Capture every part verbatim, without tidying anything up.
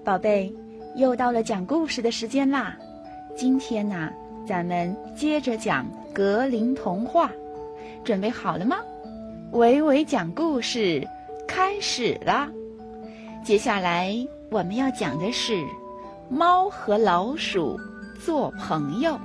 宝贝，又到了讲故事的时间啦。今天呢，咱们接着讲格林童话，准备好了吗？维维讲故事开始啦。接下来我们要讲的是猫和老鼠做朋友。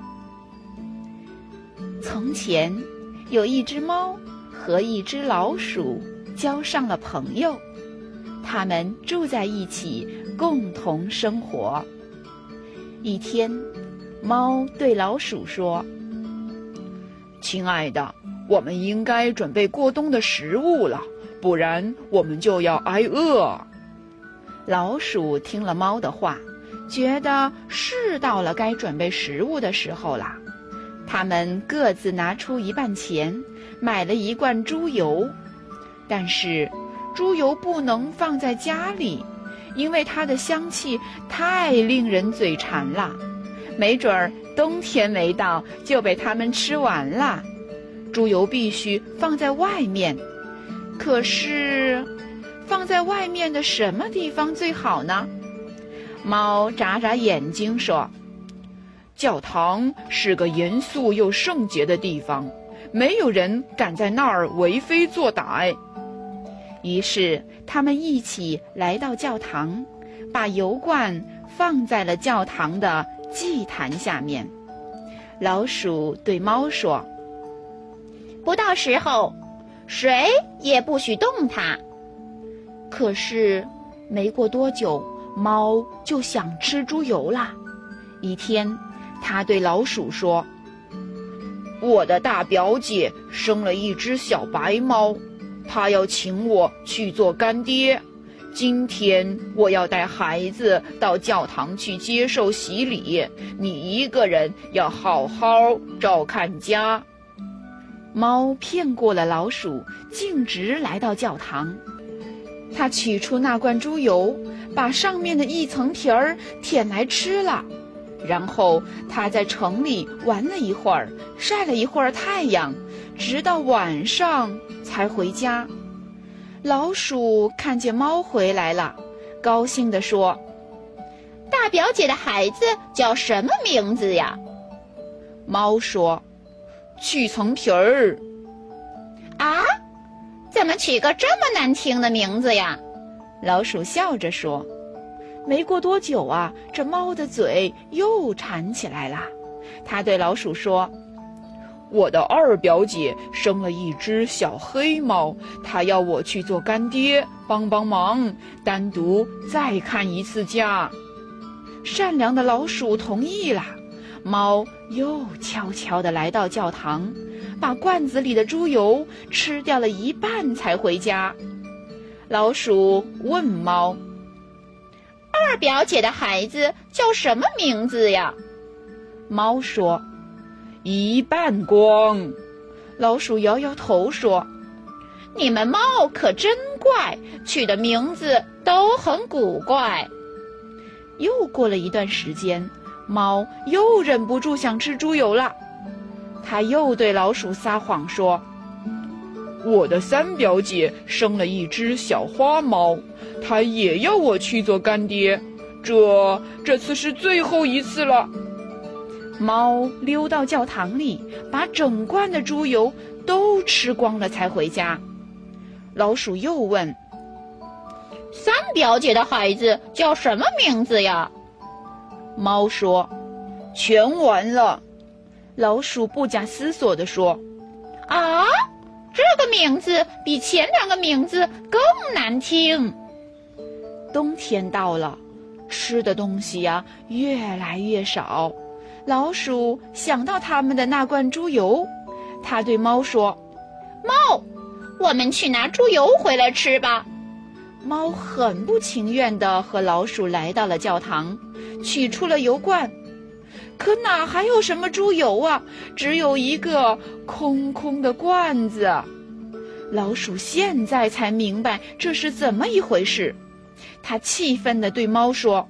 从前有一只猫和一只老鼠交上了朋友，他们住在一起，共同生活。一天，猫对老鼠说：“ 亲爱的，我们应该准备过冬的食物了，不然我们就要挨饿。” 老鼠听了猫的话，觉得是到了该准备食物的时候了。他们各自拿出一半钱，买了一罐猪油。但是猪油不能放在家里，因为它的香气太令人嘴馋了，没准儿冬天没到就被它们吃完了。猪油必须放在外面，可是放在外面的什么地方最好呢？猫眨眨眼睛说：“教堂是个严肃又圣洁的地方，没有人敢在那儿为非作歹。”于是他们一起来到教堂，把油罐放在了教堂的祭坛下面。老鼠对猫说：“ 不到时候，谁也不许动它。” 可是没过多久，猫就想吃猪油啦。一天，它对老鼠说：“ 我的大表姐生了一只小白猫，她要请我去做干爹。今天我要带孩子到教堂去接受洗礼，你一个人要好好照看家。” 猫骗过了老鼠，径直来到教堂。它取出那罐猪油，把上面的一层皮儿舔来吃了。然后他在城里玩了一会儿，晒了一会儿太阳，直到晚上才回家。老鼠看见猫回来了，高兴地说：“ 大表姐的孩子叫什么名字呀？” 猫说：“去层皮儿。” 啊，怎么取个这么难听的名字呀？ 老鼠笑着说。没过多久啊，这猫的嘴又馋起来了。它对老鼠说：“ 我的二表姐生了一只小黑猫，她要我去做干爹，帮帮忙，单独再看一次家。” 善良的老鼠同意了。猫又悄悄地来到教堂，把罐子里的猪油吃掉了一半才回家。老鼠问猫：“ 二表姐的孩子叫什么名字呀？” 猫说：“ 一半光。” 老鼠摇摇头说：“ 你们猫可真怪，取的名字都很古怪。” 又过了一段时间，猫又忍不住想吃猪油了。它又对老鼠撒谎说：“ 我的三表姐生了一只小花猫，她也要我去做干爹，这这次是最后一次了。” 猫溜到教堂里，把整罐的猪油都吃光了才回家。老鼠又问：“ 三表姐的孩子叫什么名字呀？” 猫说：“ 全完了。” 老鼠不假思索地说：“ 啊，这个名字比前两个名字更难听。” 冬天到了，吃的东西呀越来越少。老鼠想到他们的那罐猪油，它对猫说：“ 猫，我们去拿猪油回来吃吧。” 猫很不情愿地和老鼠来到了教堂，取出了油罐。可哪还有什么猪油啊，只有一个空空的罐子。老鼠现在才明白这是怎么一回事，他气愤地对猫说：“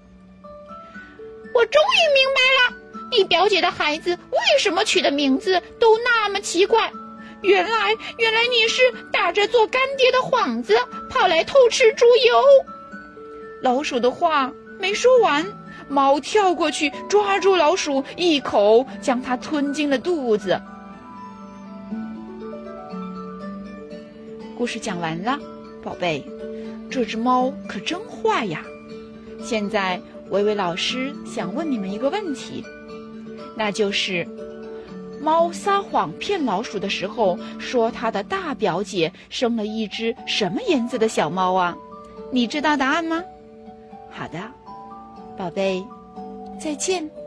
我终于明白了，你表姐的孩子为什么取的名字都那么奇怪。原来原来你是打着做干爹的幌子，跑来偷吃猪油。” 老鼠的话没说完，猫跳过去抓住老鼠，一口将它吞进了肚子。故事讲完了，宝贝，这只猫可真坏呀！现在维维老师想问你们一个问题，那就是猫撒谎骗老鼠的时候，说它的大表姐生了一只什么颜色的小猫啊？你知道答案吗？好的，宝贝，再见。